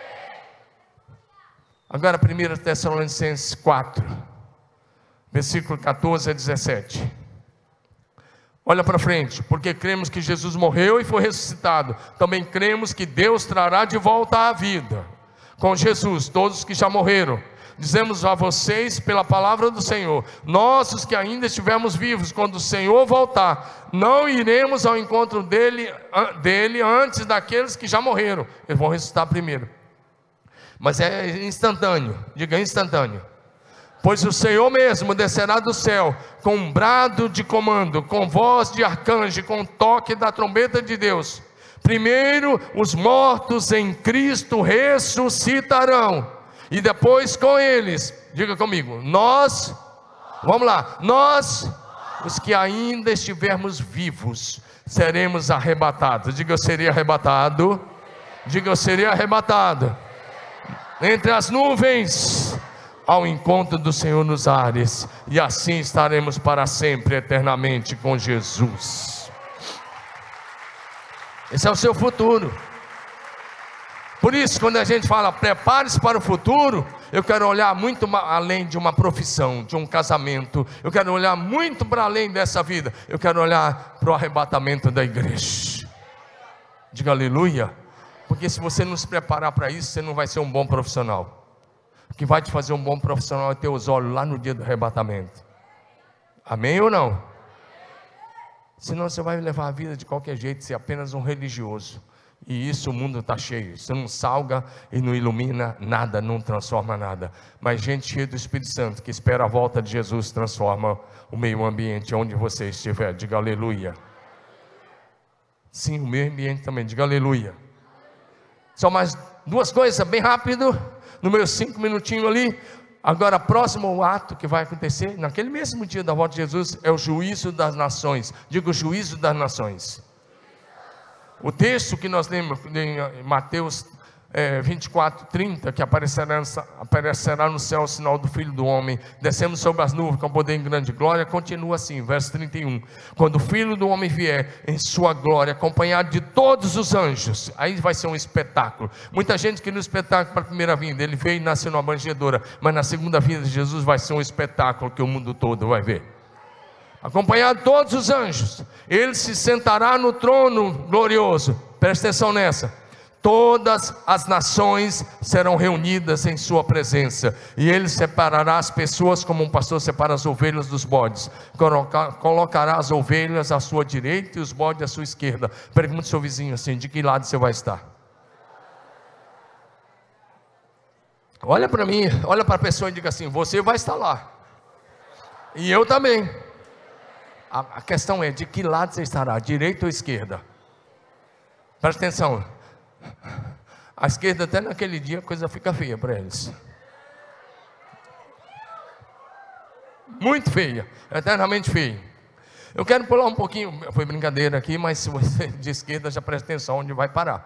Agora 1 Tessalonicenses 4, versículo 14 a 17. Olha para frente. Porque cremos que Jesus morreu e foi ressuscitado, também cremos que Deus trará de volta à vida com Jesus todos que já morreram. dizemos a vocês pela palavra do Senhor: nós, os que ainda estivermos vivos, quando o Senhor voltar, não iremos ao encontro dele antes daqueles que já morreram. Eles vão ressuscitar primeiro, mas é instantâneo. Diga instantâneo. Pois o Senhor mesmo descerá do céu com um brado de comando, com voz de arcanjo, com toque da trombeta de Deus. Primeiro os mortos em Cristo ressuscitarão, e depois com eles, diga comigo, nós, vamos lá, nós, os que ainda estivermos vivos, seremos arrebatados. Diga, eu seria arrebatado. Diga, eu seria arrebatado entre as nuvens, ao encontro do Senhor nos ares, e assim estaremos para sempre, eternamente com Jesus. Esse é o seu futuro. Por isso, quando a gente fala prepare-se para o futuro, eu quero olhar muito além de uma profissão, de um casamento. Eu quero olhar muito para além dessa vida. Eu quero olhar para o arrebatamento da igreja. Diga aleluia. Porque se você não se preparar para isso, você não vai ser um bom profissional. O que vai te fazer um bom profissional é ter os olhos lá no dia do arrebatamento. Amém ou não? Senão você vai levar a vida de qualquer jeito, ser apenas um religioso. E isso o mundo está cheio. Você não salga e não ilumina nada, não transforma nada. Mas gente cheia do Espírito Santo, que espera a volta de Jesus, transforma o meio ambiente onde você estiver. Diga aleluia. Sim, o meio ambiente também. Diga aleluia. Só mais duas coisas, bem rápido. No meus 5 minutinhos ali. Agora, próximo ato que vai acontecer, naquele mesmo dia da volta de Jesus, é o juízo das nações. Diga o juízo das nações. O texto que nós lemos em Mateus 24:30, que aparecerá no céu o sinal do Filho do Homem, descendo sobre as nuvens com poder em grande glória, continua assim, verso 31, quando o Filho do Homem vier em sua glória, acompanhado de todos os anjos, aí vai ser um espetáculo. Muita gente queria um espetáculo para a primeira vinda, ele veio e nasceu numa manjedoura, mas na segunda vinda de Jesus vai ser um espetáculo que o mundo todo vai ver. Acompanhado de todos os anjos, ele se sentará no trono glorioso. Presta atenção nessa. Todas as nações serão reunidas em sua presença, e ele separará as pessoas como um pastor separa as ovelhas dos bodes. Colocará as ovelhas à sua direita e os bodes à sua esquerda. Pergunte ao seu vizinho assim: de que lado você vai estar? Olha para mim, olha para a pessoa e diga assim: você vai estar lá, e eu também. A questão é: de que lado você estará, direita ou esquerda? Presta atenção. A esquerda, até naquele dia, a coisa fica feia para eles. Muito feia, eternamente feia. Eu quero pular um pouquinho, foi brincadeira aqui, mas se você é de esquerda, já presta atenção onde vai parar.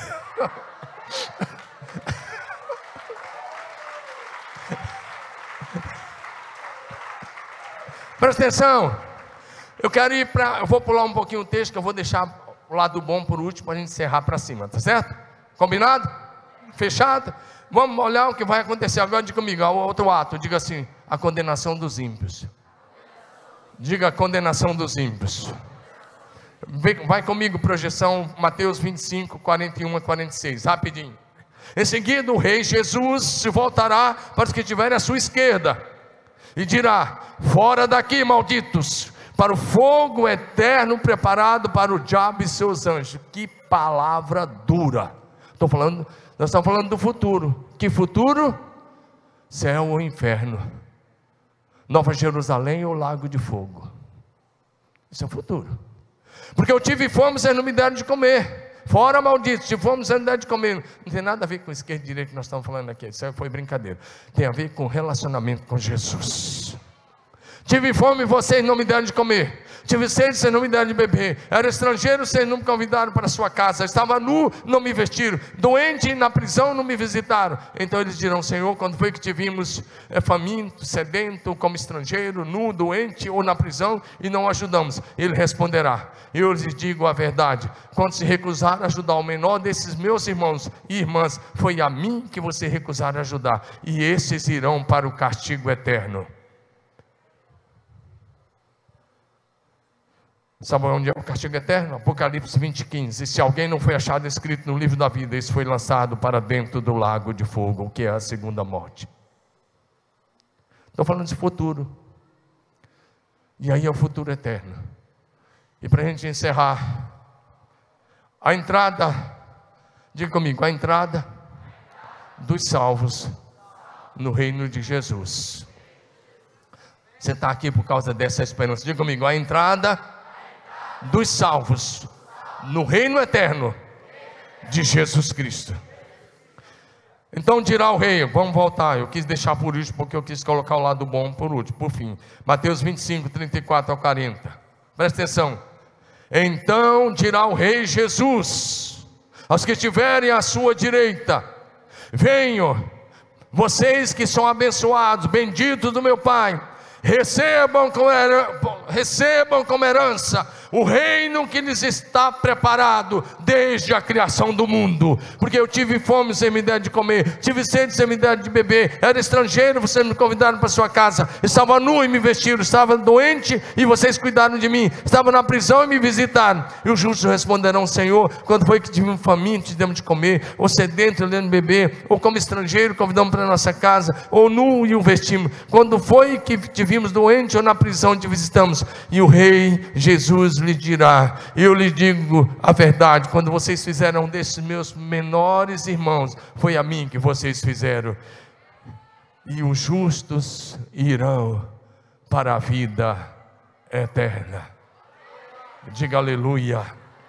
Presta atenção. Eu vou pular um pouquinho o texto, que eu vou deixar o lado bom por último, para a gente encerrar para cima, tá certo? Combinado? Fechado? Vamos olhar o que vai acontecer agora. Diga comigo, outro ato, diga assim: a condenação dos ímpios. Diga a condenação dos ímpios. Vai comigo, projeção, Mateus 25, 41 a 46, rapidinho. Em seguida o rei Jesus se voltará para os que estiverem à sua esquerda, e dirá: fora daqui, malditos, para o fogo eterno preparado para o diabo e seus anjos. Que palavra dura. Nós estamos falando do futuro. Que futuro? Céu ou inferno, Nova Jerusalém ou lago de fogo. Esse é o futuro. Porque eu tive fome, vocês não me deram de comer. Fora malditos, tive fome, vocês não me deram de comer. Não tem nada a ver com esquerda e direita que nós estamos falando aqui. Isso aí foi brincadeira. Tem a ver com relacionamento com Jesus. Tive fome, vocês não me deram de comer. Tive sede, vocês não me deram de beber. Era estrangeiro, vocês não me convidaram para a sua casa. Estava nu, não me vestiram. Doente, na prisão, não me visitaram. Então eles dirão: Senhor, quando foi que te vimos faminto, sedento, como estrangeiro, nu, doente ou na prisão, e não ajudamos? Ele responderá: eu lhes digo a verdade, quando se recusaram a ajudar o menor desses meus irmãos e irmãs, foi a mim que você recusaram ajudar, e esses irão para o castigo eterno. Sabe onde é o castigo eterno? Apocalipse 20:15. E se alguém não foi achado escrito no livro da vida, esse foi lançado para dentro do lago de fogo, que é a segunda morte. Estou falando de futuro. E aí é o futuro eterno. E para a gente encerrar, a entrada, diga comigo, a entrada dos salvos no reino de Jesus. Você está aqui por causa dessa esperança. Diga comigo, a entrada dos salvos no reino eterno de Jesus Cristo. Então dirá o rei, vamos voltar, eu quis deixar por último, porque eu quis colocar o lado bom por último, por fim. Mateus 25, 34 ao 40. Presta atenção. Então dirá o rei Jesus aos que estiverem à sua direita: venham, vocês que são abençoados, benditos do meu Pai, recebam como herança o reino que lhes está preparado desde a criação do mundo. Porque eu tive fome, você me deram de comer, tive sede, você me deram de beber, era estrangeiro, vocês me convidaram para sua casa, estava nu e me vestiram, estava doente e vocês cuidaram de mim, estava na prisão e me visitaram. E os justos responderão: Senhor, quando foi que tivemos faminto, te demos de comer, ou sedento, demos de beber, ou como estrangeiro, convidamos para a nossa casa, ou nu e o vestimos? Quando foi que te vimos doente ou na prisão, te visitamos? E o rei Jesus lhe dirá: eu lhe digo a verdade, quando vocês fizeram desses meus menores irmãos, foi a mim que vocês fizeram. E os justos irão para a vida eterna. Diga aleluia.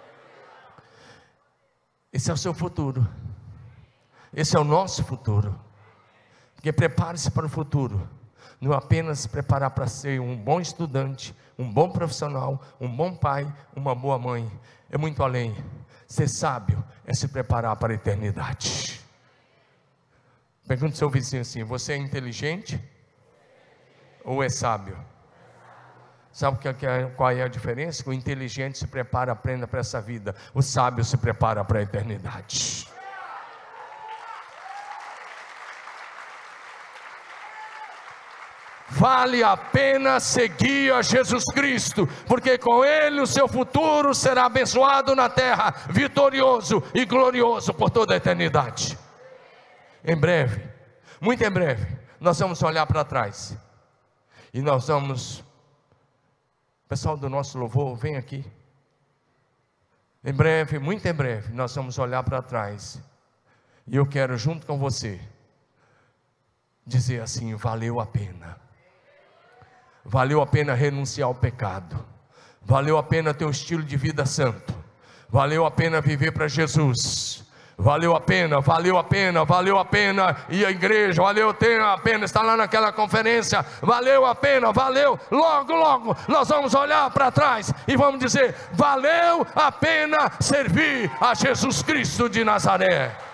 Esse é o seu futuro, esse é o nosso futuro. Porque prepare-se para o futuro. Não apenas se preparar para ser um bom estudante, um bom profissional, um bom pai, uma boa mãe. É muito além. Ser sábio é se preparar para a eternidade. Pergunte ao seu vizinho assim: você é inteligente ou é sábio? Sabe qual é a diferença? O inteligente se prepara apenas para essa vida, o sábio se prepara para a eternidade. Vale a pena seguir a Jesus Cristo, porque com Ele o seu futuro será abençoado na terra, vitorioso e glorioso por toda a eternidade. Em breve, muito em breve, nós vamos olhar para trás e nós vamos, pessoal do nosso louvor, vem aqui. Em breve, muito em breve, nós vamos olhar para trás e eu quero, junto com você, dizer assim: valeu a pena. Valeu a pena renunciar ao pecado, valeu a pena ter um estilo de vida santo, valeu a pena viver para Jesus, valeu a pena, valeu a pena, valeu a pena ir à igreja, valeu a pena estar lá naquela conferência, valeu a pena, valeu. Logo, logo nós vamos olhar para trás e vamos dizer: valeu a pena servir a Jesus Cristo de Nazaré.